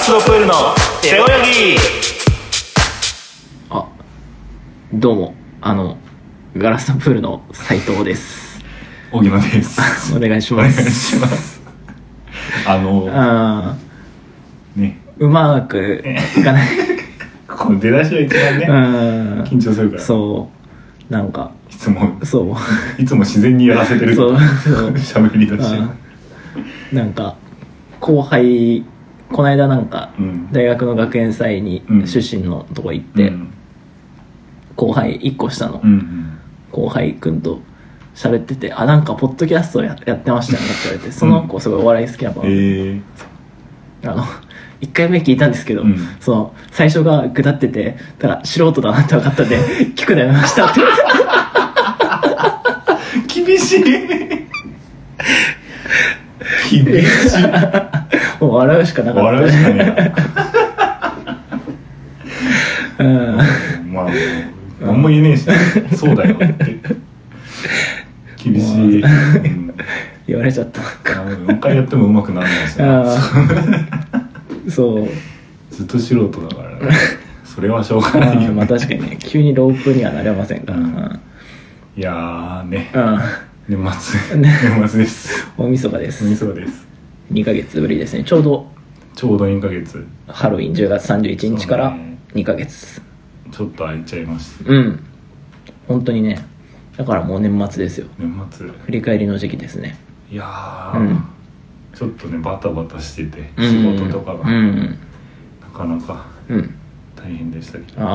スのプールの背泳ぎ。 どうも、ガラスのプールの斉藤です。 荻野です。 お願いします。 お願いします。ね、 うまくいかない。 この出だしが一番ね、緊張するから。 そう、なんかいつも自然にやらせてる。そう喋りだし。 なんか後輩、この間なんか、大学の学園祭に出身のとこ行って、後輩1個下の後輩くんと喋ってて、なんかポッドキャストやってましたよねって言われて、その子すごいお笑い好きな子、1回目聞いたんですけど、その最初が下ってて、ただ素人だなって分かったんで聞くのやめましたって厳しいもう笑うしかなかった。笑うしかねえまあ何も言えねえし、そうだよって厳しい、 言われちゃった。 もう一回やっても上手くならないしそうずっと素人だからねそれはしょうがないよね。 まあ確かにね、急にロープにはなれませんから、 いやーね、年末です。 大晦日です。2ヶ月ぶりですね。ちょうど 2ヶ月、 ハロウィン10月31日から2ヶ月、 ちょっと空いちゃいました。 本当にね。だからもう年末ですよ。 年末振り返りの時期ですね。 いやー、ちょっとねバタバタしてて、仕事とかが、なかなか大変でしたけど、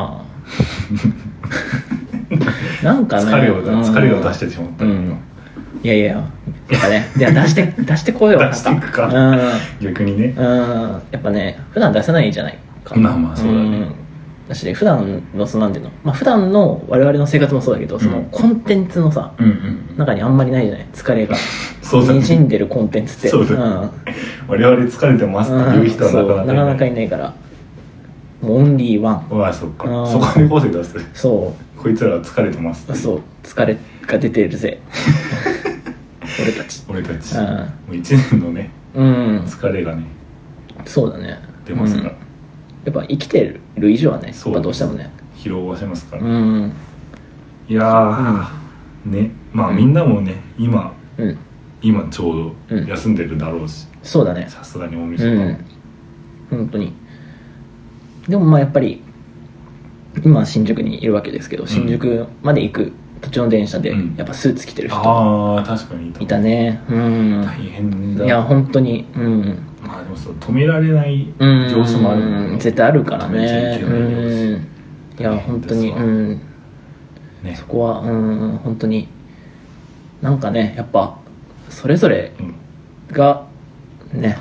なんかね、 疲れを出してしまったいややっぱね、出してこいよ。 出していくか、逆にね。 やっぱね、普段出せないじゃないか。 まあそうだね。 だしね、普段のなんていうの、普段の我々の生活もそうだけど、そのコンテンツのさ、中にあんまりないじゃない、疲れがにじんでるコンテンツって。 そうだね。我々疲れてますっていう人はなかなかいないから、もうオンリーワン。 そっか、そこで個性出す。 そう、 こいつら疲れてますって。 そう、疲れが出てるぜ俺たちもう1年のね、疲れがね、 そうだね、 出ますから、 やっぱ生きてる以上はね、やっぱどうしてもね疲労はしますから、いやー、ね、まあみんなもね、今ちょうど休んでるだろうし、 そうだね、 さすがに大晦日、 本当に。でもやっぱり今新宿にいるわけですけど、新宿まで行く途中の電車でやっぱスーツ着てる人確かにいたね。大変だ。 いや本当に、 まあでも止められない業種もあるもんね。 絶対あるからね。いや本当に、そこは本当になんかね、やっぱそれぞれがね、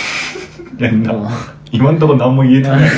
今んとこ何も言えてない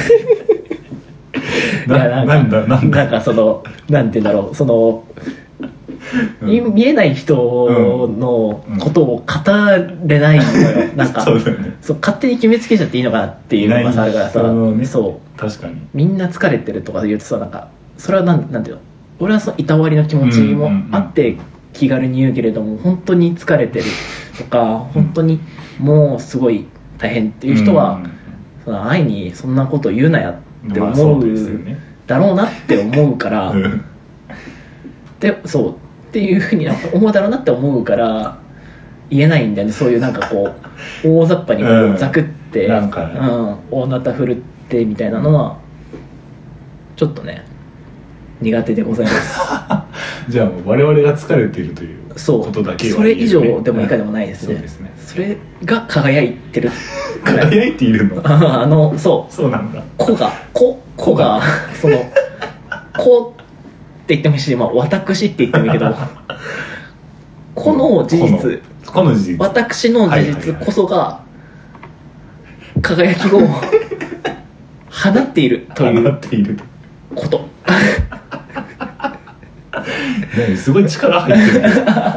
なんかそのなんて言うんだろう、その見えない人のことを語れないのよ。なんかそう勝手に決めつけちゃっていいのかなっていうのがさあるからさ、そう確かにみんな疲れてるとか言うとさ、なんかそれはなんていうの、俺はそのいたわりの気持ちもあって気軽に言うけれども、本当に疲れてるとか本当にもうすごい大変っていう人は、その愛にそんなこと言うなやって思うだろうなって思うから、でそうっていうふうに思うだろうなって思うから言えないんだよね。そういうなんかこう大雑把にこうザクって大なた振るってみたいなのはちょっとね苦手でございますじゃあ我々が疲れているということだけは、 それ以上でも以下でもないですね。それが輝いてる輝いているのそうなんだ。 子がその子って言ってもいいし、私って言ってもいいけどこの事実、私の事実こそが輝きを放っているということすごい力入ってる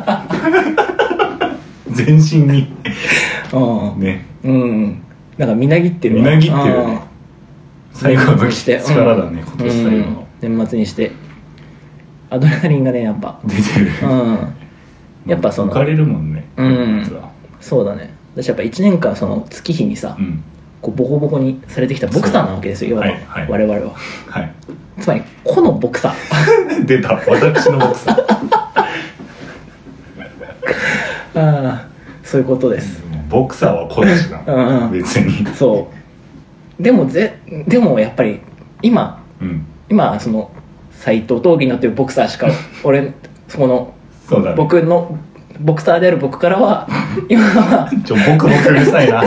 全身にね、 なんかみなぎってるね。最後の力だね、今年最後の年末にしてアドレナリンがねやっぱ出てる。 やっぱその浮かれるもんね。 そうだね。私やっぱ1年間その月日にさ、 こうボコボコにされてきたボクサーなわけですよ、 はいはい、 我々は、 はい、 つまり個のボクサー出た、私のボクサーあ、そういうことです。 ボクサーは個だしな、うん、別に。 そうでもやっぱり今その斎藤闘技になってるボクサーしか俺そのそうだ、ね、 僕のボクサーである僕からは今はボクうるさいな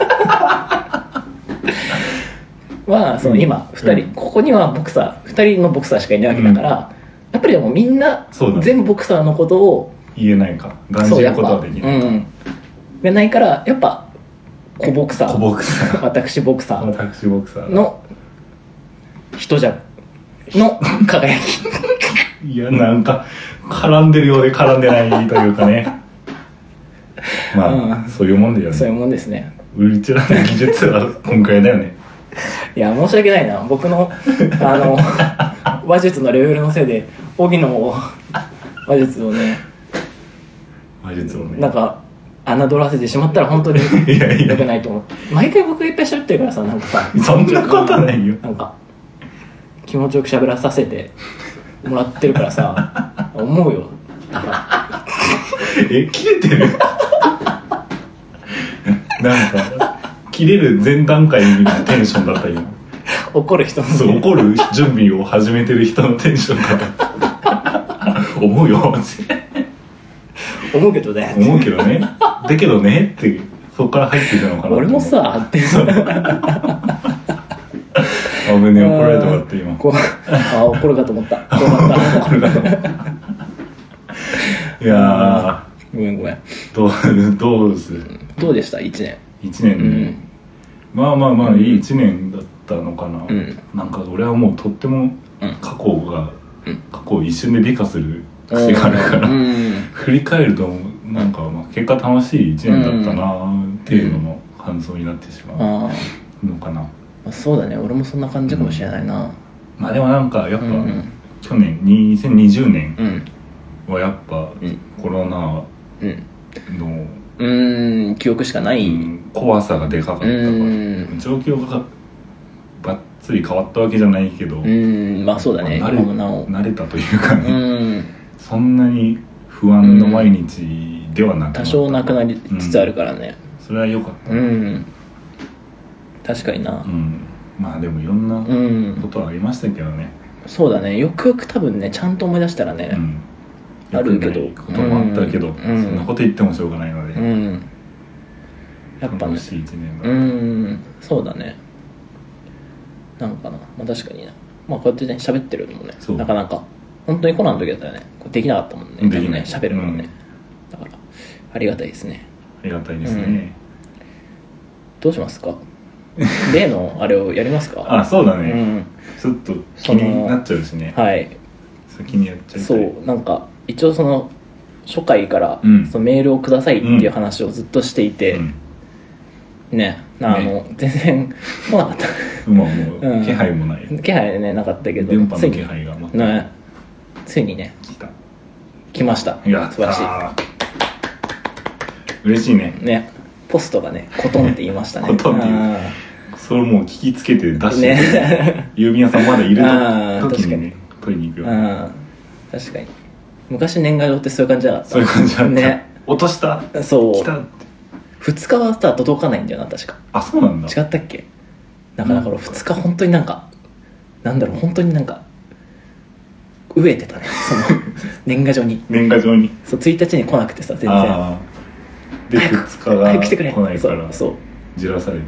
はその今2人、ここには2人のボクサーしかいないわけだから、やっぱりでもみんな全ボクサーのことを言えないか、断じることはできないか、言えないから、やっぱ小ボクサー私ボクサーの人じゃの輝きいや、なんか絡んでるようで絡んでないというかねまあ、そういうもんだよね。 そういうもんですね。 うちらの技術は今回だよねいや、申し訳ないな、僕の話術のレベルのせいで荻野も話術をねなんか侮らせてしまったら本当に良くないと思う。毎回僕がいっぱい喋ってるからさ、なんかさ、 そんなことないよ。 なんか気持ちよく喋らさせてもらってるからさ思うよ。 切れてるなんか切れる前段階みたいなテンションだった今。 怒る人の、 そう、怒る準備を始めてる人のテンションだった思うよ思うけどねだけどねってそこから入ってたのかな。 俺もさって危ねえ、怒られたかって今怒るかと思ったいやごめんどうでした1 年、まあいい1年だったのかな、なんか俺はもうとっても過去を一瞬で美化する癖があるから、振り返るとなんか結果楽しい1年だったなっていうのの感想になってしまうのかな。 そうだね、俺もそんな感じかもしれないな。 まあでもなんかやっぱ去年2020年はやっぱコロナの記憶しかない、 怖さがでかかったから、状況がバッツリ変わったわけじゃないけど、 まあそうだね、 慣れたというかね、そんなに不安の毎日ではなく多少なくなりつつあるからね、 それは良かった、 確かにな、 まあでもいろんなことはありましたけどね。 そうだね、よくよく多分ねちゃんと思い出したらね、あるけどこともあったけど、そんなこと言ってもしょうがないので、 やっぱね、 楽しい1年だそうだね、なんかな、確かにな、こうやってね喋ってるのもね、なかなか本当にコロナの時だったらねできなかったもんね、 できない喋るのもね、だからありがたいですね。 ありがたいですね、 どうしますか例のあれをやりますか。 あ、そうだね、ちょっと気になっちゃうしね、 はい、 先にやっちゃいたい。 そうなんか一応その初回からそのメールをくださいっていう話をずっとしていて、全然来なかったもう気配もない、 気配ねなかったけど、 電波の気配がついにね来ました。 素晴らしい、嬉しいね。 ポストがねコトンって言いましたね。 コトンって言う、それもう聞きつけて出して郵便屋さんまだいる時にね取りに行くよ。 確かに昔年賀状ってそういう感じじゃなかった。 そういう感じだったね。 落とした、 そう来たって 2日はさ届かないんだよな確か。 あ、そうなんだ。 違ったっけ。だから2日本当になんかなんだろう、本当になんか飢えてたねその年賀状にそう1日に来なくてさ全然で2日が早く来てくれ来ないからそうじらされ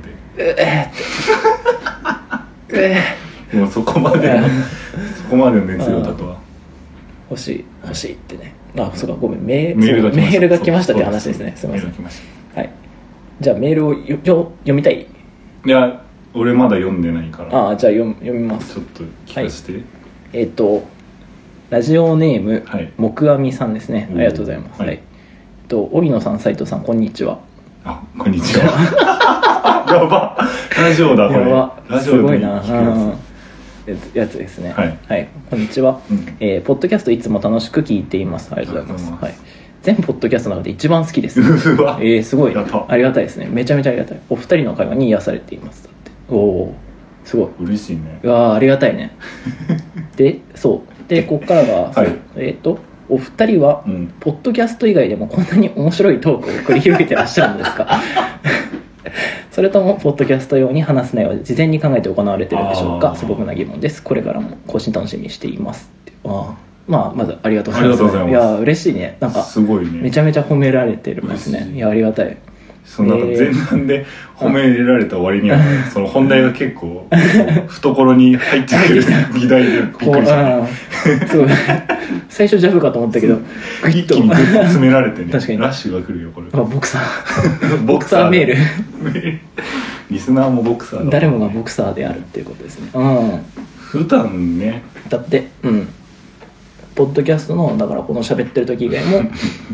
てもうそこまでの熱量だとは欲しいってね。そうか、ごめん、メールが来ましたって話ですね。すみません。はい。じゃあメールを読みたい。 いや、俺まだ読んでないから。 じゃあ読みます。 ちょっと聞かせて。 ラジオネーム、木阿弥さんですね。ありがとうございます。はい。荻野さん、斉藤さん、こんにちは。 こんにちは。やば。ラジオだこれ。ラジオすごいな。やつですね。はい。こんにちは。ポッドキャストいつも楽しく聞いています。ありがとうございます。はい。 全ポッドキャストの中で一番好きです。 うわすごいやったありがたいですね。めちゃめちゃありがたい。お二人の会話に癒されています。だっておおすごい。 嬉しいね。 うわありがたいね。でそうでこっからが、 はい、 お二人は、ポッドキャスト以外でもこんなに面白いトークを繰り広げてらっしゃるのですか？それともポッドキャスト用に話す内容を事前に考えて行われているんでしょうか？素朴な疑問です。これからも更新楽しみにしていますって。まずありがとうございます。いや嬉しいね。なんかすごいね。めちゃめちゃ褒められてますね。いやありがたい。 なんか前半で褒められた割には、その本題が結構懐に入ってくる議題でびっくりした。 そう最初ジャブかと思ったけど一気に詰められてね。 確かにラッシュが来るよこれ。 ボクサーメールリスナーもボクサーだ。 誰もがボクサーであるっていうことですね。 普段ねだってポッドキャストのだからこの喋ってる時以外も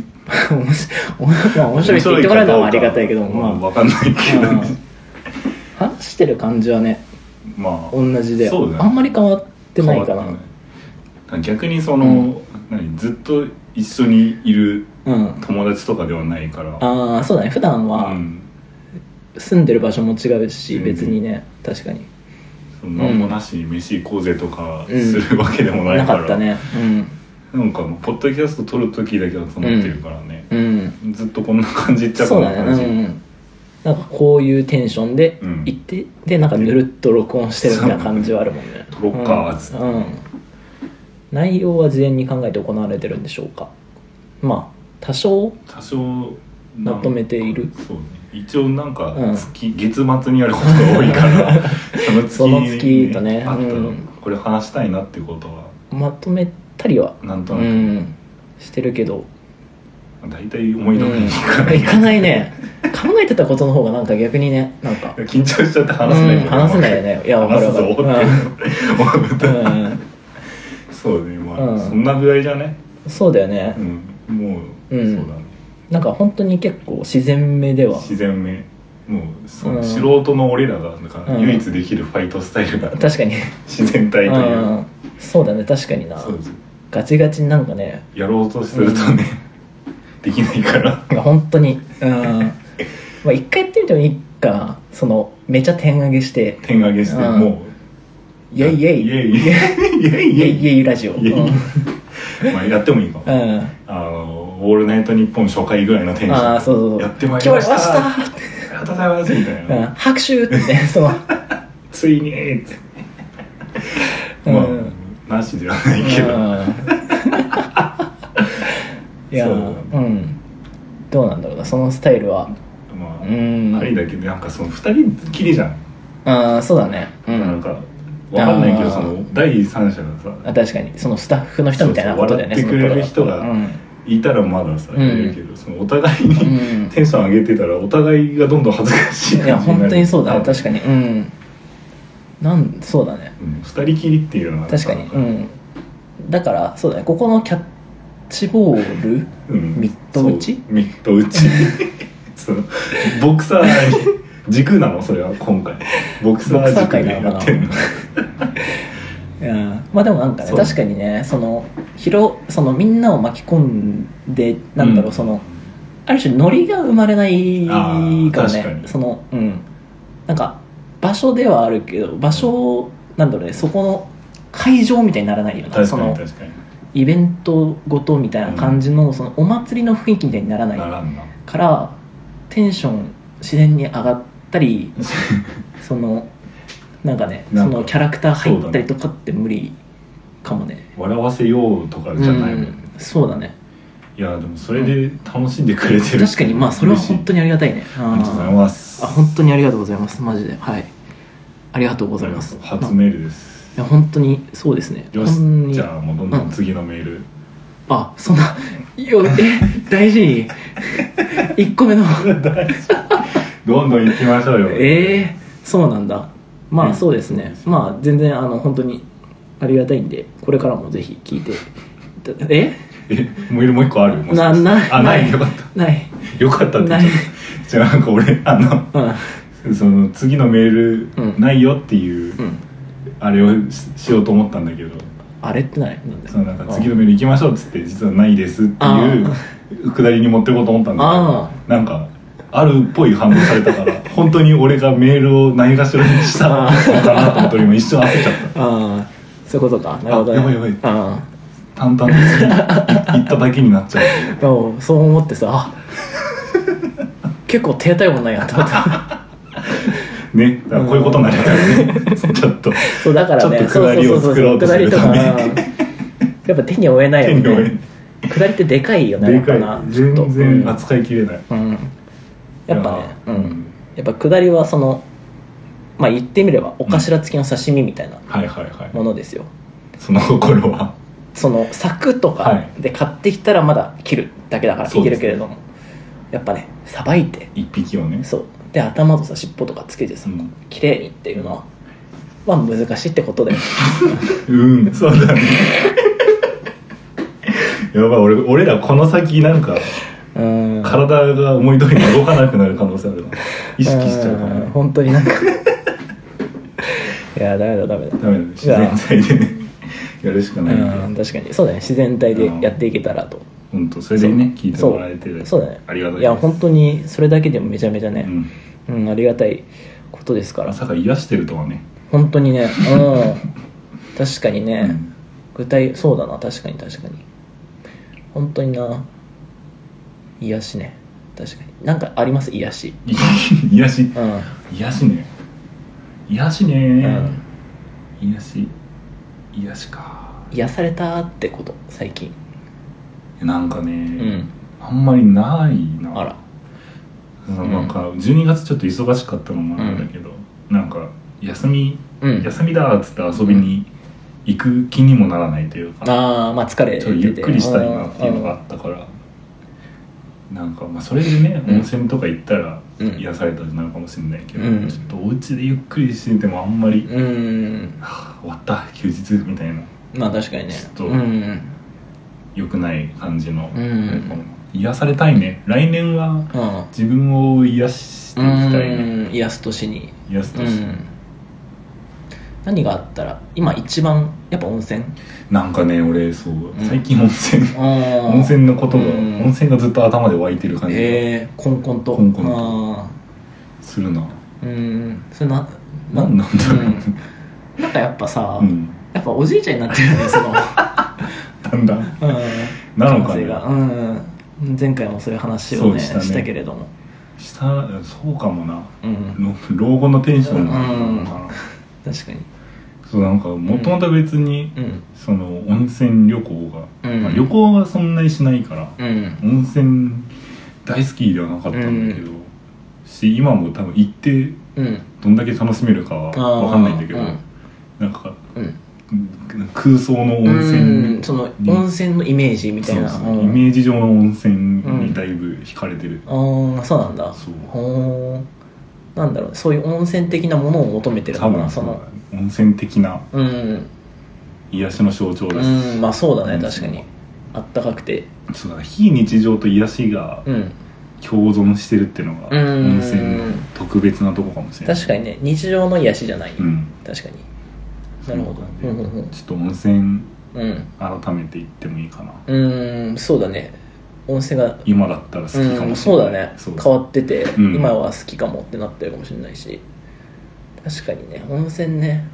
面白いって言ってもらえるのはありがたいけども、 分かんないけど、 話してる感じはね、同じで、あんまり変わってないかな。 逆にその、ずっと一緒にいる友達とかではないから、 そうだね。普段は住んでる場所も違うし、別にね、確かに何もなしに飯行こうぜとかするわけでもないから、 なかったね。 なんかポッドキャスト撮る時だけ集まってるからね、ずっとこんな感じっちゃこんな感じ。 なんかこういうテンションで行って、でなんかぬるっと録音してるみたいな感じはあるもんね。 撮ろっかーっつって、 内容は事前に考えて行われてるんでしょうか？多少まとめている。 そうね、一応なんか月末にやることが多いからその月とね、 これ話したいなっていうことはまとめたりはなんとなく、 してるけど大体思い通りにいかないね。考えてたことの方がなんか逆にね、なんか緊張しちゃって話せない、 話せないよね。いや分かる分かる。 そうね、そんなぐらいじゃね。 そうだよね。 もうそうだね。 なんか本当に結構自然めでは。 自然め。もう素人の俺らがなんか唯一できるファイトスタイルが確かに自然体という。 そうだね、確かにな。ガチガチになんかねやろうとするとね、できないから。 いや本当に一回やってみてもいいかな。そのめちゃ点上げしてもうイエイイエイイエイイエイイエイイエイラジオやってもいいかも。オールナイトニッポン初回ぐらいのテンションやってまいりましたありがとうございますみたいな、 拍手ってそのついにってなしではないけどいやどうなんだろうな、そのスタイルはありだけど、なんかその2人きりじゃん。 そうだね。 なんかわかんないけど、その第三者がさ、 確かにそのスタッフの人みたいなことだよね。 笑ってくれる人がいたらまださいるけど、そのお互いにテンション上げてたらお互いがどんどん恥ずかしい感じになる。 いや本当にそうだね、確かに。そうだね。 2人きりっていうのは確かに。だからそうだね、ここのキャッチボール、ミット打ちそのボクサー軸なのそれは今回ボクサー軸でやってるの。 いやでもなんかね、確かにね、そのみんなを巻き込んでなんだろう、そのある種ノリが生まれないからね。そのなんか場所ではあるけど、場所なんだろうね、そこの会場みたいにならないよね。そのイベントごとみたいな感じの、そのお祭りの雰囲気みたいにならないからテンション自然に上がったりそのなんかね、そのキャラクター入ったりとかって無理かもね。 笑わせようとかじゃないもん。 そうだね。 いやでもそれで楽しんでくれてる。 確かにそれは本当にありがたいね。 ありがとうございます。 本当にありがとうございます、マジで。はい、ありがとうございます。 初メールです。 いや本当にそうですね。 よし、じゃあもうどんどん次のメール。 そんな大事に1個目のどんどん行きましょうよ。 そうなんだ。そうですね。全然本当にありがたいんで、これからもぜひ聞いて。 もう1個ある？ないよかった。 ないよかったって。じゃあなんか俺その次のメールないよっていうあれをしようと思ったんだけど、 あれって何なんだよ。 そのなんか次のメール行きましょうっつって実はないですっていうくだりに持っていこうと思ったんだけど、なんかあるっぽい反応されたから本当に俺がメールをないがしろにしたのかなと思って今一瞬焦っちゃった。 ああ、そういうことか。なるほどね。 やばいやばい。 あ淡々と言っただけになっちゃう。 そう思ってさ、結構手たいもんなんやと思ったね、だからこういうことになりたいねちょっとそうだからね、 ちょっと下りを作ろうとするためにやっぱ手に負えないよね。下りってでかいよね。 でかい。全然扱いきれない。 やっぱね、やっぱ下りはそのまあ言ってみればお頭付きの刺身みたいなものですよ。 その心はその柵とかで買ってきたらまだ切るだけだからいけるけれども、やっぱねさばいて一匹をね、 そうで頭とさ尻尾とかつけてさ、綺麗にっていうのはまあ難しいってことだよそうだねやばい、俺らこの先なんか体が思い通りに動かなくなる可能性あるな。意識しちゃうかな。 本当になんかいやダメだ自然体でねやるしかない。 確かにそうだね、自然体でやっていけたらと。 本当それでね聞いてもらえてそうだね、 ありがたいです。 いや本当にそれだけでもめちゃめちゃね、ありがたいことですから。 まさか癒してるとはね。 本当にね、確かにね、具体そうだな、確かに本当にな。癒しね、確かになんかあります？癒し癒しね、癒しか。 癒されたってこと最近なんかね、あんまりないな。 あら、 なんか12月ちょっと忙しかったのもあるんだけど、なんか休みだっつって遊びに行く気にもならないというか、 まあ疲れててちょっとゆっくりしたいなっていうのがあったから、なんかまあそれでね、温泉とか行ったら癒されたりなるかもしれないけど、ちょっとお家でゆっくりしててもあんまり、終わった休日みたいな、 まあ確かにね、 ちょっと良くない感じの、癒されたいね。来年は自分を癒していきたいね。 癒す年何があったら今一番やっぱ温泉。 なんかね俺そう、最近温泉のことが、温泉がずっと頭で湧いてる感じがコンコンとするな。 それなんだろう、 なんかやっぱさ、やっぱおじいちゃんになってるよね、そのだんだんなのかね。 前回もそういう話をねしたけれども、 そうかもな。老後のテンションなのかな。 確かに。 そうなんかもともと別にその温泉旅行が、旅行はそんなにしないから、温泉大好きではなかったんだけど、今も多分行ってどんだけ楽しめるかは分かんないんだけど、なんか空想の温泉、 その温泉のイメージみたいな、 イメージ上の温泉にだいぶ惹かれてる。 そうなんだ。なんだろう、そういう温泉的なものを求めてるのかな。その温泉的な癒しの象徴だし、 まあそうだね、確かにあったかくて、 そうだ、非日常と癒しが共存してるっていうのが温泉の特別なとこかもしれない。 確かにね、日常の癒しじゃない、確かに。なるほど、 ちょっと温泉改めて行ってもいいかな。 そうだね、温泉が今だったら好きかもしれない。 そうだね、変わってて、今は好きかもってなってるかもしれないし、確かにね、温泉ね、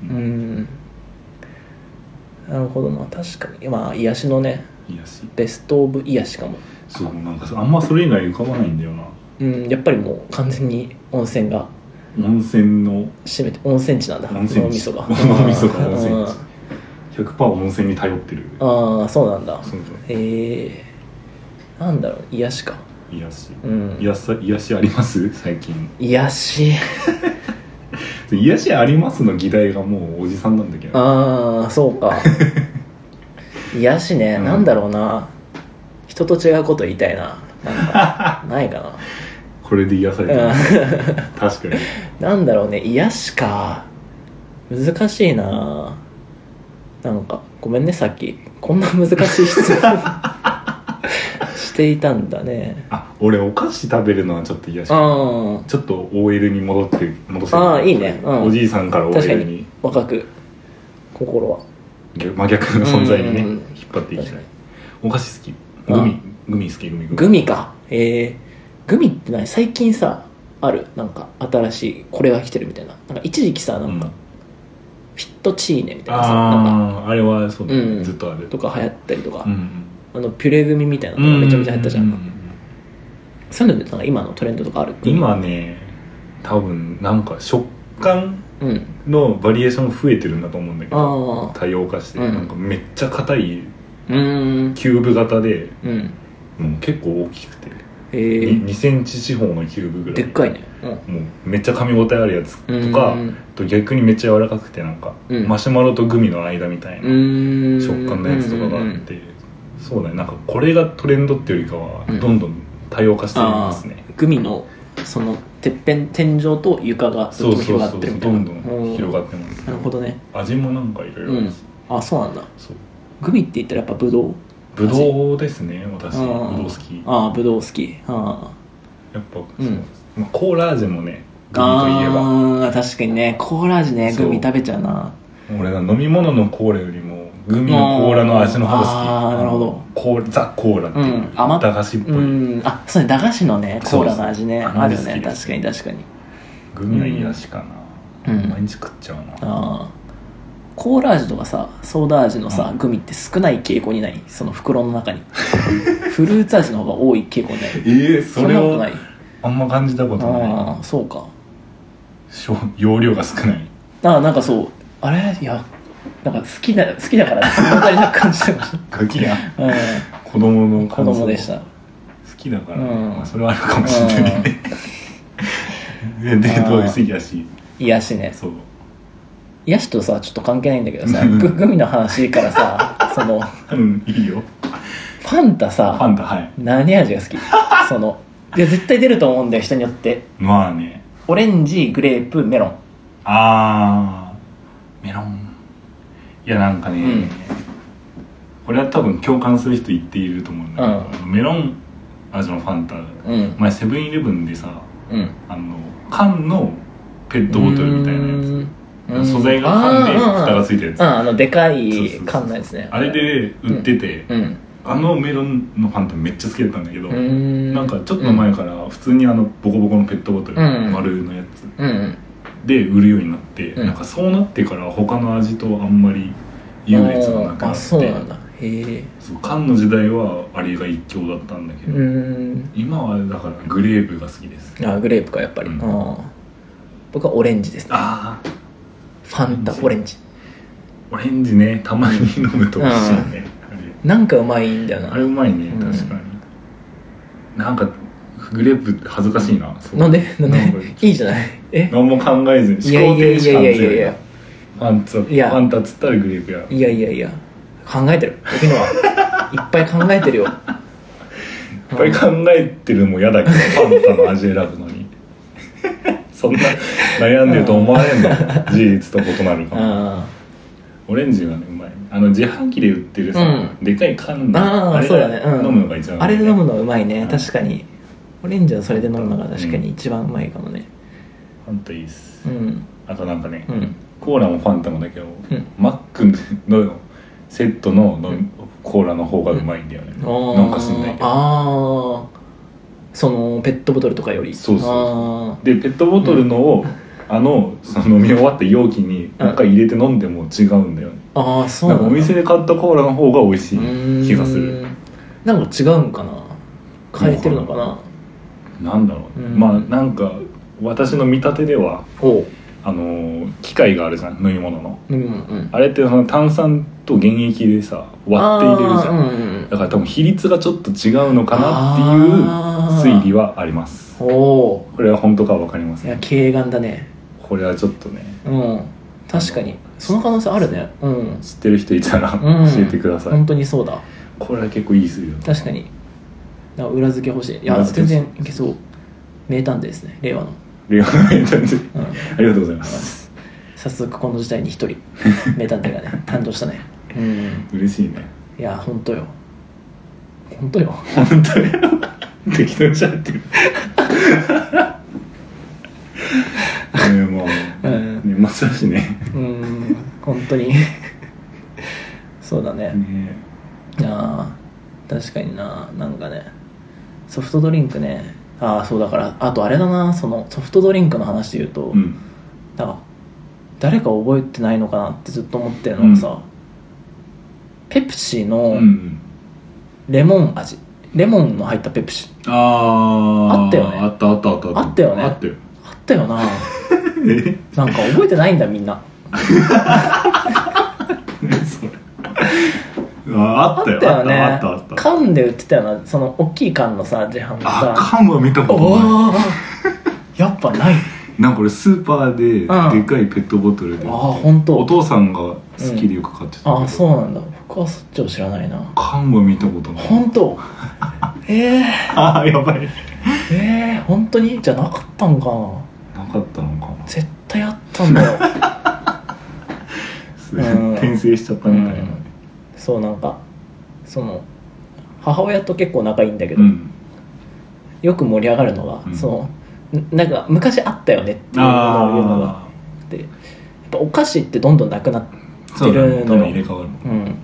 なるほどな、確かに。まあ癒しのね、ベストオブ癒しかも。 そう、なんかあんまそれ以外浮かばないんだよな。 やっぱりもう完全に温泉が温泉の占めて、温泉地なんだ。 脳みそが温泉地、100% 温泉に頼ってる。 そうなんだ。なんだろう、癒しか。 癒しあります最近。 癒し癒しありますの議題がもうおじさんなんだけど。 そうか癒しね、なんだろうな、人と違うこと言いたいな。なんかないかなこれで癒された確かに。 なんだろうね、癒しか、難しいな。なんかごめんね、さっきこんな難しい質問していたんだね。 俺お菓子食べるのはちょっと癒し。ちょっと OL に戻せる。 いいね、 おじいさんから OL に若く心は。 真逆の存在にね、 うん引っ張っていきたい。お菓子好き。 あグミ好き。 グミか。グミって何最近さあるなんか新しいこれが来てるみたいな。なんか一時期さなんか、フィットチーネみたいなさなんかあれはそうだね、 うんずっとあるとか流行ったりとか、 うんピュレグミみたいなのがめちゃめちゃ流行ったじゃん、 うんそういうのでなんか今のトレンドとかある？ 今ね多分なんか食感うんのバリエーション増えてるんだと思うんだけど、 ああ多様化して、 うんなんかめっちゃ硬いうんキューブ型でうんもう結構大きくて、2センチ四方のキューブぐらいでっかいね、 もうめっちゃ噛み応えあるやつとか、と逆にめっちゃ柔らかくてなんか、マシュマロとグミの間みたいな食感のやつとかがあって、そうだね、なんかこれがトレンドっていうよりかはどんどん多様化していますね、 グミのその天井と床がずっと広がってるみたいな。 どんどん広がってます。 なるほどね。 味もなんかいろいろあるし、 あ、そうなんだ。 そうグミって言ったらやっぱブドウ？ ブドウですね、私ブドウ好き。 ブドウ好き。 やっぱそう、まあ、コーラ味もねグミといえば確かにね、コーラ味ね、グミ食べちゃうな。 俺は飲み物のコーラよりもグミのコーラの味の方が好き。 ああ、なるほど。 ザ・コーラっていう、駄菓子っぽい。 あ、そうね、駄菓子のねコーラの味ね、 そうあるよね。確かに確かに。 グミは癒しかな、毎日食っちゃうな。 コーラ味とかさソーダ味のさ、グミって少ない傾向にない？その袋の中にフルーツ味の方が多い傾向にない？ それはあんま感じたことない。 ああ、そうか。 容量が少ない。 なんかそうあれいやなんか好きだからそんなな感じてましたガキや子供の子供でした。 好きだから、まあ、それはあるかもしれないねでどういう癒しね。 そう癒しとさちょっと関係ないんだけどさグミの話からさそのいいよ。 ファンタさファンタ、はい、 何味が好き？そのいや絶対出ると思うんだよ人によって。 まあね、 オレンジ、グレープ、メロン。 メロン。いやなんかね、これは多分共感する人言っていると思うんだけど、メロン味のファンタ、前セブンイレブンでさ、缶のペットボトルみたいなやつ、素材が缶で蓋がついてるやつ、 でかい缶のやつね。 あれで売ってて、あのメロンのファンタめっちゃ好きだったんだけど、なんかちょっと前から普通にボコボコのペットボトル、丸のやつで売るようになって、なんかそうなってから他の味とあんまり優劣がなくなって、 そうなんだ。へえ。 缶の時代はあれが一強だったんだけど、今はだからグレープが好きです。 グレープかやっぱり。僕はオレンジですね。ファンタオレンジ。 オレンジね、たまに飲むと美味しいよね。 なんかうまいんだよな。 あれうまいね、確かに。なんかグレープ恥ずかしいな。 なんでいいじゃない。 何も考えずに思考停止感強い。ファンタっつったらグレープや。 いや考えてる時のはいっぱい考えてるよ。いっぱい考えてるのも嫌だけど、ファンタの味選ぶのにそんな悩んでると思われんの事実と異なるかも。オレンジはねうまい。自販機で売ってるさ、でかい缶のあれで飲むのが一番うまい、ね、 あれで飲むのうまいね、確かに。オレンジはそれで飲むのが確かに一番うまいかもね。 ファンタいいっす。あとなんかね、コーラもファンタもだけど、マックのセットのコーラの方がうまいんだよね、なんか知んないけど。 そのペットボトルとかより。 そうでペットボトルのを、その飲み終わった容器になんか入れて飲んでも違うんだよね。 そうなんだ。 お店で買ったコーラの方が美味しい気がする。 なんか違うんかな、変えてるのかな。 なんだろう、まあなんか私の見立てでは機械があるじゃん、飲み物の、あれってその炭酸と原液でさ割って入れるじゃん、だから多分比率がちょっと違うのかなっていう推理はあります。これは本当かは分かりません。 いや軽眼だね。 これはちょっとね、 確かにその可能性あるね。 知ってる人いたら教えてください。 本当にそうだ。 これは結構いい推理だ。 確かに裏付け欲しい。いや全然いけそう。名探偵ですね、令和の名探偵、ありがとうございます。 早速この時代に一人名探偵がね誕生したね。 嬉しいね。 いや本当よ適当にしゃってるもう年末だしね。 本当にそうだね。ああ確かにな。なんかねソフトドリンクね。ああそうだから、あとあれだな、そのソフトドリンクの話で言うと、なんか誰か覚えてないのかなってずっと思ってるのがさ、ペプシのレモン味、レモンの入ったペプシ。あったよね。 あったよね。 あったよな。なんか覚えてないんだみんな。 あったよね。あった。 缶で売ってたよな、その大きい缶のさ、自販のさ。 缶は見たことない。 やっぱない。 なんか俺スーパーででかいペットボトルで、 本当。 お父さんが好きでよく買ってたけど、 そうなんだ。僕はそっちを知らないな。 缶は見たことない。 本当。 やばい。 本当にじゃなかったんかな。なかったのかな。 絶対あったんだよ。 転生しちゃったみたいな。 そう、なんかその母親と結構仲いいんだけど、よく盛り上がるのが、そのなんか昔あったよねっていうのを言うのがで、やっぱお菓子ってどんどんなくなってるのよ。 入れ替わる。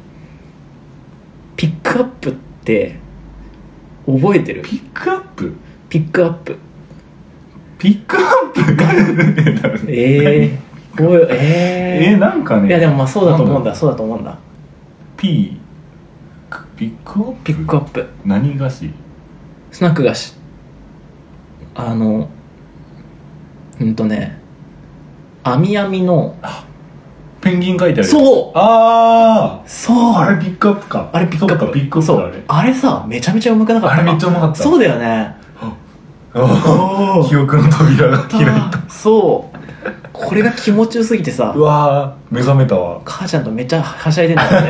ピックアップって覚えてる？ ピックアップなんかね。 いやでもまあそうだと思うんだ。 ピックアップ。何菓子？ スナック菓子。網網のペンギン書いてある。 そう。そう。 あれピックアップか。 あれピックアップ。 ピックアップ。そう。 あれさ、めちゃめちゃうまくなかったか。 あれめっちゃうまかった。 そうだよね。 記憶の扉が開いた。 そう。これが気持ちよすぎてさ。 うわー、目覚めたわ。 母ちゃんとめっちゃはしゃいでんだよね。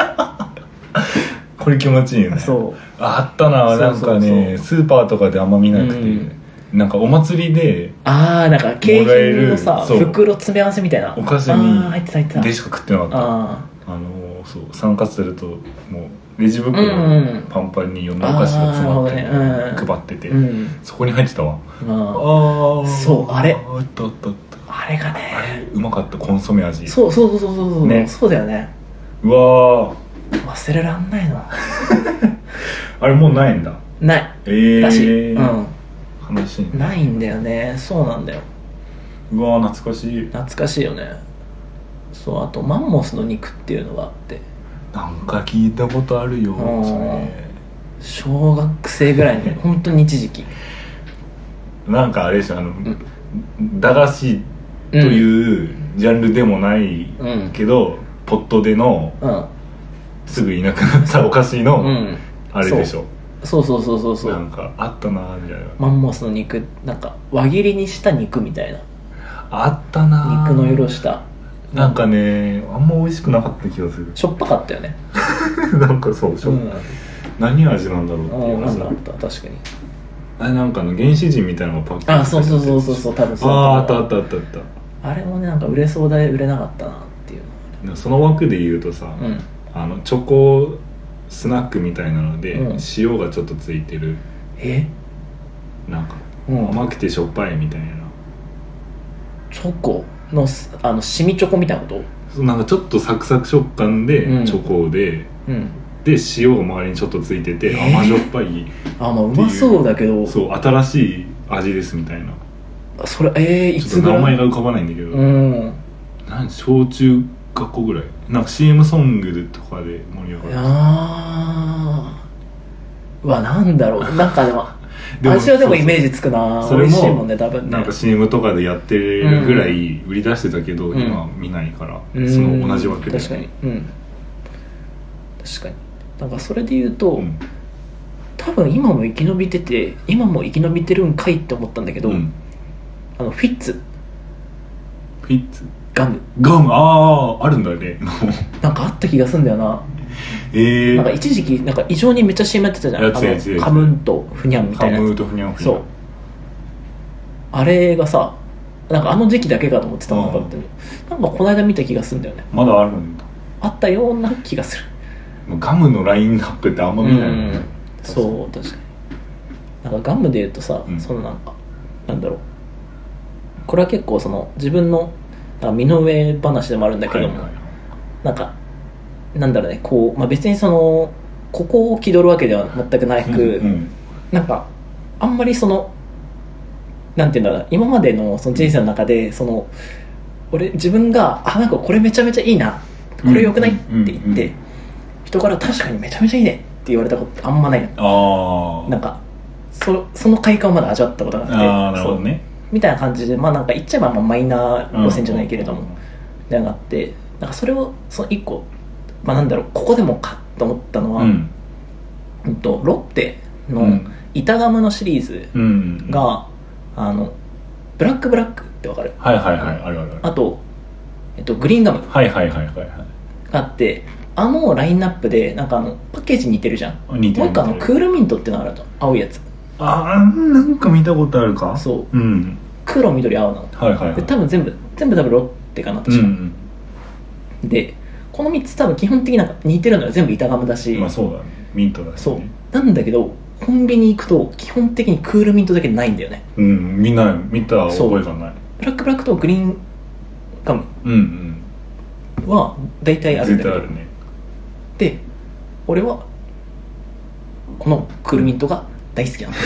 これ気持ちいいよね。 そう。 あったな。なんかね、スーパーとかであんま見なくて、なんかお祭りでなんか景品のさ、袋詰め合わせみたいなお菓子に入ってたでしか食ってなかった。そう、参加するともうレジ袋パンパンにいろんなお菓子が詰まって配ってて、そこに入ってたわ。 そう、あれあったあれがね、 あれうまかった。コンソメ味。 そうね、そうだよね。 うわ忘れらんないの。 あれもうないんだ。 ないらしい。 悲しい。 ないんだよね。そうなんだよ。 うわー、懐かしいよね。そう、あとマンモスの肉っていうのがあって、 なんか聞いたことあるよ。それ小学生ぐらいに本当に一時期なんかあれでしょ、駄菓子というジャンルでもないけど、ポットでのすぐいなくなったお菓子のあれでしょ。 そうなんかあったなみたいな。 マンモスの肉、なんか輪切りにした肉みたいな。 あったな。 肉の色した。 なんかね、あんま美味しくなかった気がする。 しょっぱかったよね。 なんかそう、何味なんだろうっていうなんだった、確かに。 あれなんか原始人みたいなのがパッケージそう、多分そう。 あった。 あれもね、なんか売れそうで売れなかったなっていうの。その枠で言うとさ、チョコスナックみたいなので、塩がちょっとついてる、なんか甘くてしょっぱいみたいなチョコのシミチョコみたいなこと。なんかちょっとサクサク食感でチョコで、で塩が周りにちょっとついてて甘じょっぱい。 まあうまそうだけど。 そう、新しい味ですみたいな。 それいつぐらい？ 名前が浮かばないんだけど、小中学校ぐらい、なんか CM ソングとかで盛り上がる。 なんだろう、なんかでも味はでもイメージつくな。美味しいもんね、多分ね。 なんか CM とかでやってるぐらい売り出してたけど、今は見ないから、その同じ枠で。 確かに。なんかそれで言うと、多分今も生き延びてて、今も生き延びてるんかいって思ったんだけど、フィッツガム、 あるんだね。 なんかあった気がするんだよな。なんか一時期なんか異常にめっちゃ CM やってたじゃん。カムンとフニャンみたいな。 カムンとフニャン。 そう。あれがさ、なんか時期だけかと思ってたのかって、なんかこの間見た気がするんだよね。 まだあるんだ。 あったような気がする。 ガムのラインナップってあんま見ないもんね。 そう、確かに。なんかガムで言うとさ、そのなんかなんだろう。これは結構その自分の身の上話でもあるんだけども、なんかなんだろうね、こう、まあ、別にそのここを気取るわけでは全くなく、 うん、 なんかあんまりそのなんていうんだろう、今までのその人生の中でその俺自分がなんかこれめちゃめちゃいいな、これ良くないって言って、人から確かにめちゃめちゃいいねって言われたことあんまないの。なんかその快感をまだ味わったことがあって、そうね、みたいな感じで、まあなんか言っちゃえばまあマイナー路線じゃないけれども、でがあって、なんかそれをその一個、まあなんだろう、ここでもかと思ったのは、ロッテの板ガムのシリーズが、ブラックってわかる？ はいはいはい、あるある。 あと、グリーンガムはいはいはいはいがあって、ラインナップでなんかパッケージ似てるじゃん。 似てる。 もう一個クールミントってのがあると、青いやつ。 なんか見たことあるか。 そう、黒緑青なの。 はいはいはい。 で多分全部多分ロッテかな確か、でこの3つ多分基本的になんか似てるのよ、全部板ガムだし。 まあそうだね、ミントだし、ね、 そうなんだけど、コンビニ行くと基本的にクールミントだけないんだよね。 みんな見た覚えがない。 ブラックとグリーンガムは大体あるんだけど、絶対あるね。で俺はこのクールミントが大好きなんだ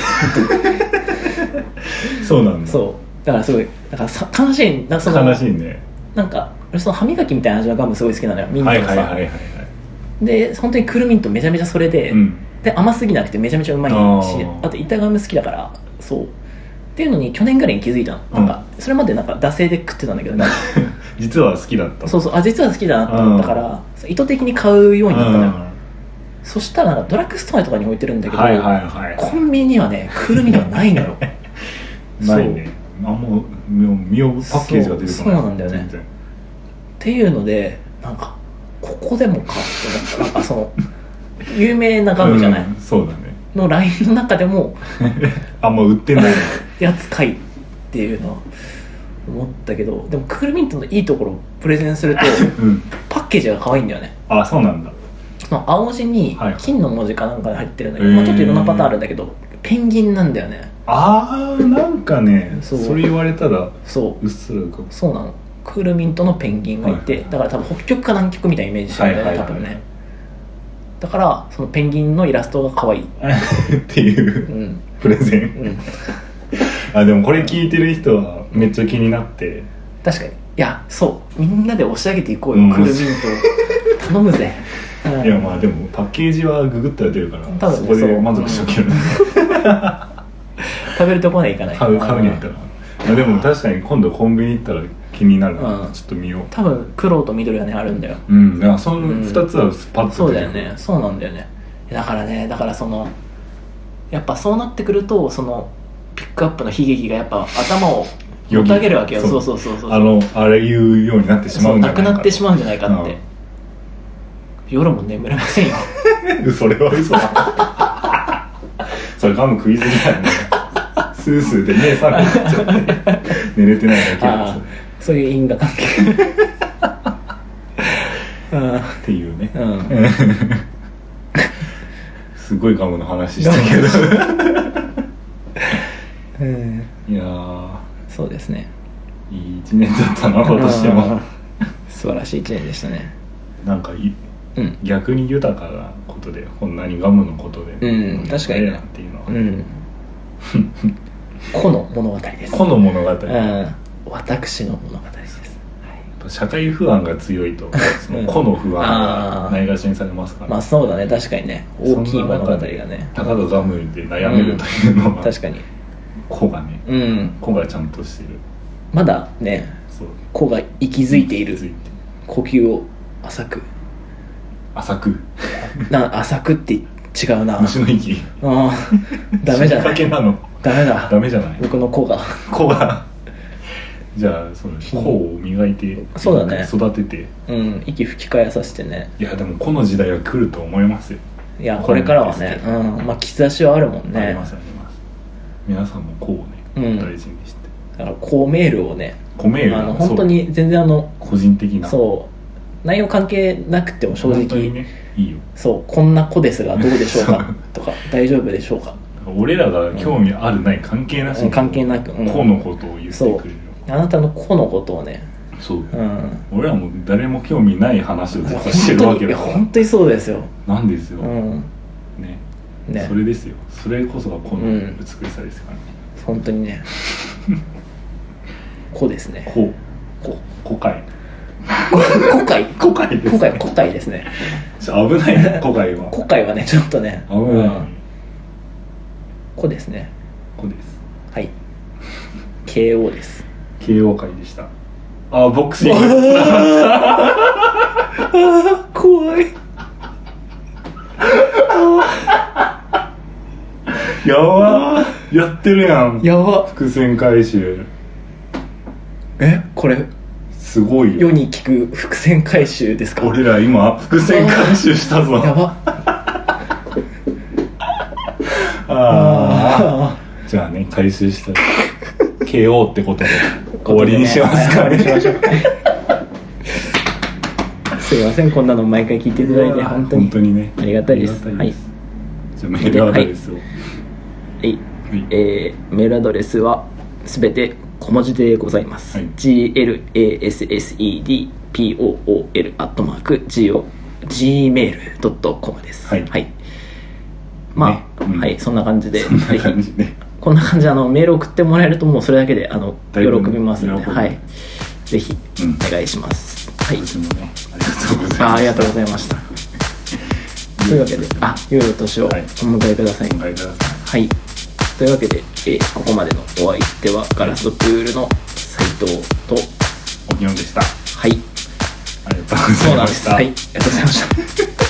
そうなんだ。 そうだからすごい、だから悲しいな、 悲しいね。 なんか俺その歯磨きみたいな味のガムすごい好きなのよ、ミントがさ。で本当にクールミントめちゃめちゃそれで、で甘すぎなくてめちゃめちゃうまいし、あと板ガム好きだから、そうっていうのに去年ぐらいに気づいたの。なんかそれまでなんか惰性で食ってたんだけど、 実は好きだった。 そう実は好きだなと思ったから、意図的に買うようになったのよ。そしたらなんかドラッグストアとかに置いてるんだけど、コンビニにはねクールミントはないのよ。 ないね。見覚パッケージが出てこない。 そうなんだよね。っていうので、なんかここでもかって思った。なんかその有名なガムじゃない、 そうだね、 のラインの中でもあんま売ってないやつかいっていうのは思ったけど、でもクールミントのいいところをプレゼンすると、パッケージが可愛いんだよね。 そうなんだ。 青地に金の文字かなんかで入ってるんだけど、ちょっといろんなパターンあるんだけど、ペンギンなんだよね。 なんかね、それ言われたらうっすらかも。 そうなの、クールミントのペンギンがいて、だから多分北極か南極みたいなイメージしてるんだよね、多分ね。だからそのペンギンのイラストが可愛いっていうプレゼン、でもこれ聞いてる人はめっちゃ気になって、 確かに、いやそうみんなで押し上げていこうよ、クールミント頼むぜ。 いやまあでもパッケージはググったら出るから、そこで満足しとける。 食べるとこまでいかない、 買うに行ったら。でも確かに今度コンビニ行ったら気になるな、ちょっと見よう。 多分黒と緑はねあるんだよ。 だからその2つはパッとそうだよね、そうなんだよね。だからそのやっぱそうなってくると、そのピックアップの悲劇がやっぱ頭をもたげるわけよ。そうあれ言うようになってしまうんじゃないか、 なくなってしまうんじゃないかって。夜も眠れませんよ。 それは嘘だ。それガム食いすぎだよね。スースーで目覚めちゃって寝れてないだけなんです。 そういう因果関係。 っていうね。すごいガムの話したけど。いやそうですね。 いい一年だったな、今年も。 素晴らしい一年でしたね。 なんか逆に豊かなことで、こんなにガムのことで、 確かになんていうのは、 個の物語です。 個の物語。 私の物語です。 社会不安が強いと、その個の不安がないがしにされますから。 まあそうだね、確かにね、大きい物語がね。 ただガムで悩めるというのは、 確かに。 個がね、個がちゃんとしてる。 まだね、個が息づいている。呼吸を浅く浅くって違うな、 虫の息。 ダメじゃない、ダメじゃない、 僕の個がじゃあその個を磨いて、 そうだね、 育てて、 息吹き返させてね。 いやでもこの時代は来ると思いますよ。 いやこれからはね、まあ兆しはあるもんね。 ありますあります。皆さんも個をね、大事にして、 だから個メールをね、 本当に全然個人的な、 内容関係なくても正直ね、いいよ。 こんな子ですがどうでしょうかとか大丈夫でしょうか。 俺らが興味あるない関係なしに、 関係なく、 個のことを言ってくれる。 あなたの個のことをねそう、 うん、 俺らも誰も興味ない話をずっとしてるわけだから本当にそうですよ。 なんですよ、 うんね、それですよ。それこそがこの美しさですからね、 本当にねこですね。 古海古海ですね。 危ないね、古海は。 古海はねちょっとね危ない、 こですね。 こです。 はい KO です。 KO 会でした。あ、ボクシング怖いやばー、やってるやん。 やば。 伏線回収。 これすごいよ。 世に聞く伏線回収ですか？ 俺ら今伏線回収したぞ。 やばあー、じゃあね、回収した KO ってことで終わりにしますかね。 すいません、こんなの毎回聞いていただいて本当にね、 ありがたいです。はい。 じゃあメールアドレスを。 メールアドレスはすべて小文字でございます。glassedpool@gmail.com です。はい。まあ、はい、そんな感じで。こんな感じでメール送ってもらえるともうそれだけで喜びますので、はい。ぜひお願いします。はい。ありがとうございました。というわけで、良いお年をお迎えください。はい。というわけで、ここまでのお相手はガラスドプールの斉藤と沖野でした。 はい。 ありがとうございました。 はい、ありがとうございました。